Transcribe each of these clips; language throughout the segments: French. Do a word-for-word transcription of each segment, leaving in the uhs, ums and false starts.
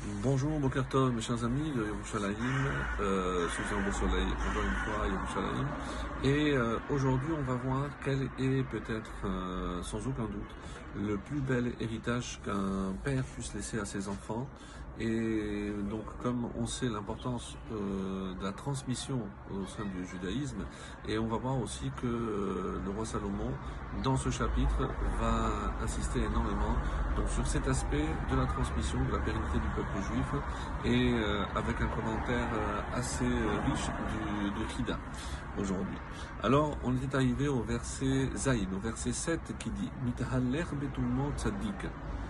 Bonjour, Boker Tov, mes chers amis de Yerushalayim, euh, sous un beau soleil, encore une fois, Yerushalayim. Et euh, aujourd'hui, on va voir quel est peut-être, euh, sans aucun doute, le plus bel héritage qu'un père puisse laisser à ses enfants. Et donc, comme on sait l'importance euh, de la transmission au sein du judaïsme, et on va voir aussi que euh, le roi Salomon, dans ce chapitre, va insister énormément donc, sur cet aspect de la transmission, de la pérennité du peuple juif, et euh, avec un commentaire euh, assez riche du, de Chida aujourd'hui. Alors, on est arrivé au verset Zaïn, au verset sept, qui dit « Mithaler betumot tzaddik ».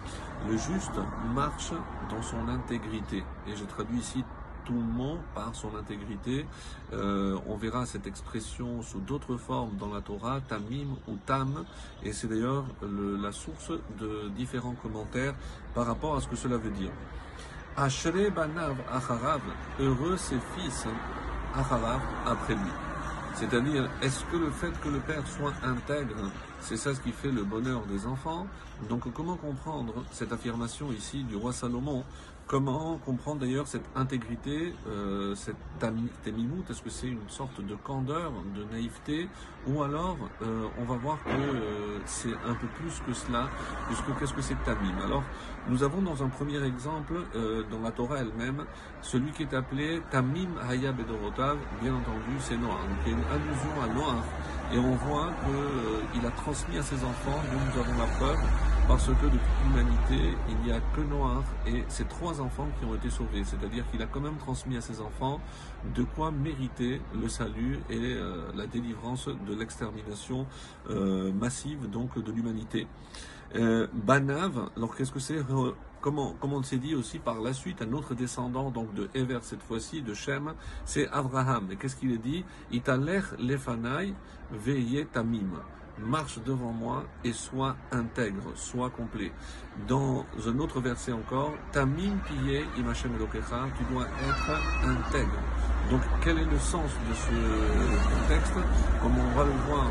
Le juste marche dans son intégrité. Et je traduis ici tout le monde par son intégrité. Euh, on verra cette expression sous d'autres formes dans la Torah, tamim ou tam, et c'est d'ailleurs le, la source de différents commentaires par rapport à ce que cela veut dire. Ashrei banav acharav, heureux ses fils acharav, après lui. C'est-à-dire, est-ce que le fait que le père soit intègre, c'est ça ce qui fait le bonheur des enfants? Donc comment comprendre cette affirmation ici du roi Salomon? Comment comprendre d'ailleurs cette intégrité, euh, cette tamimout? Est-ce que c'est une sorte de candeur, de naïveté? Ou alors, euh, on va voir que euh, c'est un peu plus que cela, puisque qu'est-ce que c'est que tamim? Alors, nous avons dans un premier exemple, euh, dans la Torah elle-même, celui qui est appelé Tamim Haya Bedorotav, bien entendu, c'est Noach. Donc il y a une allusion à Noach, et on voit qu'il euh, a transmis à ses enfants, dont nous avons la preuve, parce que de toute l'humanité, il n'y a que Noach et ses trois enfants qui ont été sauvés. C'est-à-dire qu'il a quand même transmis à ses enfants de quoi mériter le salut et euh, la délivrance de l'extermination euh, massive donc de l'humanité. Euh, Banav, alors qu'est-ce que c'est? Comment, comme on s'est dit aussi par la suite, un autre descendant donc de Ever cette fois-ci, de Shem, c'est Abraham. Et qu'est-ce qu'il est dit? Italech lefanai veye tamim. Marche devant moi et sois intègre, sois complet. Dans un autre verset encore, Tamim piye imachem elokecha, tu dois être intègre. Donc quel est le sens de ce contexte? Comme on va le voir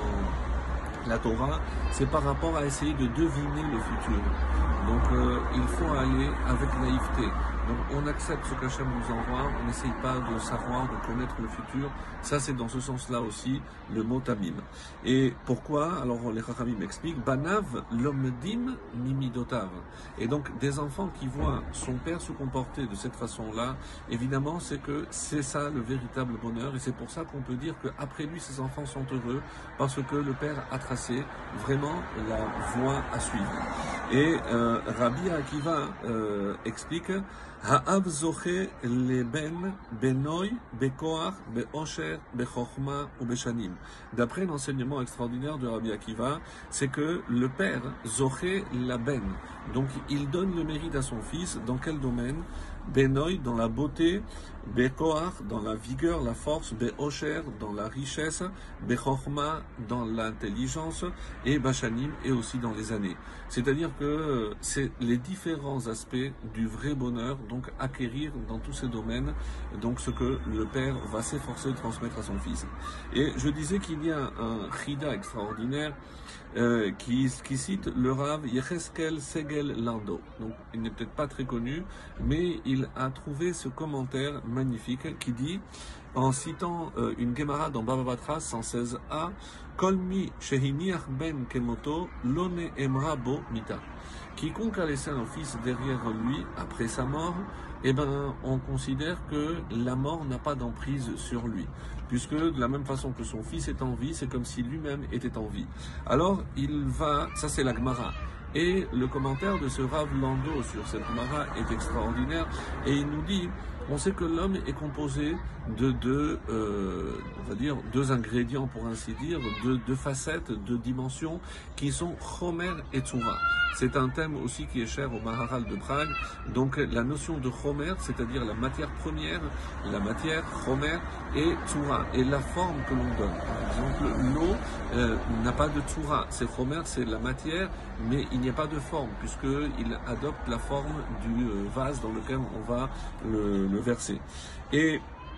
dans la Torah, c'est par rapport à essayer de deviner le futur. Donc euh, il faut aller avec naïveté. Donc on accepte ce qu'Hachem nous envoie, on n'essaye pas de savoir, de connaître le futur. Ça c'est dans ce sens-là aussi le mot tamim. Et pourquoi? Alors les Chachamim m'expliquent, Banav lomdim mimidotav. Et donc des enfants qui voient son père se comporter de cette façon-là, évidemment c'est que c'est ça le véritable bonheur. Et c'est pour ça qu'on peut dire qu'après lui ses enfants sont heureux, parce que le père a tracé vraiment la voie à suivre. Et euh, Rabbi Akiva euh, explique Ha'av zoche leben benoy bekoach beosher bechokma ou beshanim. D'après l'enseignement extraordinaire de Rabbi Akiva, c'est que le père zoche la ben. Donc il donne le mérite à son fils dans quel domaine? Benoy dans la beauté, Bekoach dans la vigueur, la force, Beosher dans la richesse, Bechorma dans l'intelligence et Bashanim et aussi dans les années. C'est-à-dire que c'est les différents aspects du vrai bonheur, donc acquérir dans tous ces domaines, donc ce que le père va s'efforcer de transmettre à son fils. Et je disais qu'il y a un chida extraordinaire euh, qui, qui cite le Rav Yecheskel Segel Lando. Donc il n'est peut-être pas très connu, mais il a trouvé ce commentaire magnifique qui dit, en citant euh, une Gemara dans Baba Batra cent seize a, Kolmi shehiniach ben kemoto lone emra bo mita. Quiconque a laissé un fils derrière lui après sa mort, eh ben, on considère que la mort n'a pas d'emprise sur lui. Puisque de la même façon que son fils est en vie, c'est comme si lui-même était en vie. Alors, il va, ça c'est la Gemara. Et le commentaire de ce Rav Lando sur cette Gemara est extraordinaire. Et il nous dit, on sait que l'homme est composé de deux, euh, on va dire, deux ingrédients pour ainsi dire, de deux facettes, deux dimensions qui sont Chomer et Tzura. C'est un thème aussi qui est cher au Maharal de Prague. Donc la notion de Chomer, c'est-à-dire la matière première, la matière Chomer et Tzura, et la forme que l'on donne. Par exemple, l'eau euh, n'a pas de Tzura, c'est Chomer, c'est la matière, mais il n'y a pas de forme, puisqu'il adopte la forme du vase dans lequel on va le, le verser. Et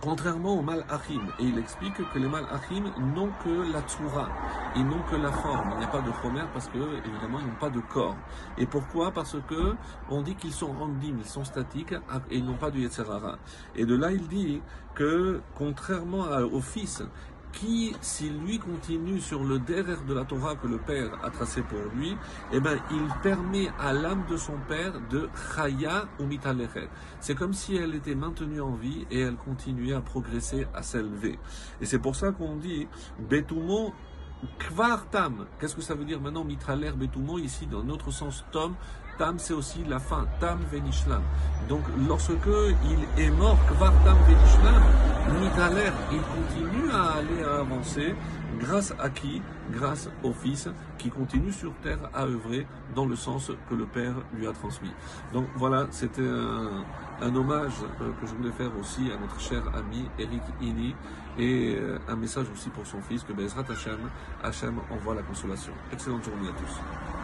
Contrairement aux malachim, et il explique que les malachim n'ont que la tsura, ils n'ont que la forme, il n'y a pas de chomer parce que évidemment ils n'ont pas de corps. Et pourquoi? Parce que on dit qu'ils sont randim, ils sont statiques et ils n'ont pas de yetzer hara. Et de là il dit que contrairement à, au fils, qui, si lui continue sur le derrière de la Torah que le père a tracé pour lui, eh ben, il permet à l'âme de son père de chaya ou mitalechet. C'est comme si elle était maintenue en vie et elle continuait à progresser, à s'élever. Et c'est pour ça qu'on dit betumo kvar tam. Qu'est-ce que ça veut dire maintenant mitraler betumo ici dans notre sens tom? Tam, c'est aussi la fin. Tam venishlam. Donc, lorsque il est mort, kvar tam venishlam, Mitraler, il continue à aller à avancer. Grâce à qui? Grâce au Fils qui continue sur terre à œuvrer dans le sens que le Père lui a transmis. Donc voilà, c'était un, un hommage que je voulais faire aussi à notre cher ami Eric Ini et un message aussi pour son fils que Bezrat Hashem, Hashem envoie la consolation. Excellente journée à tous.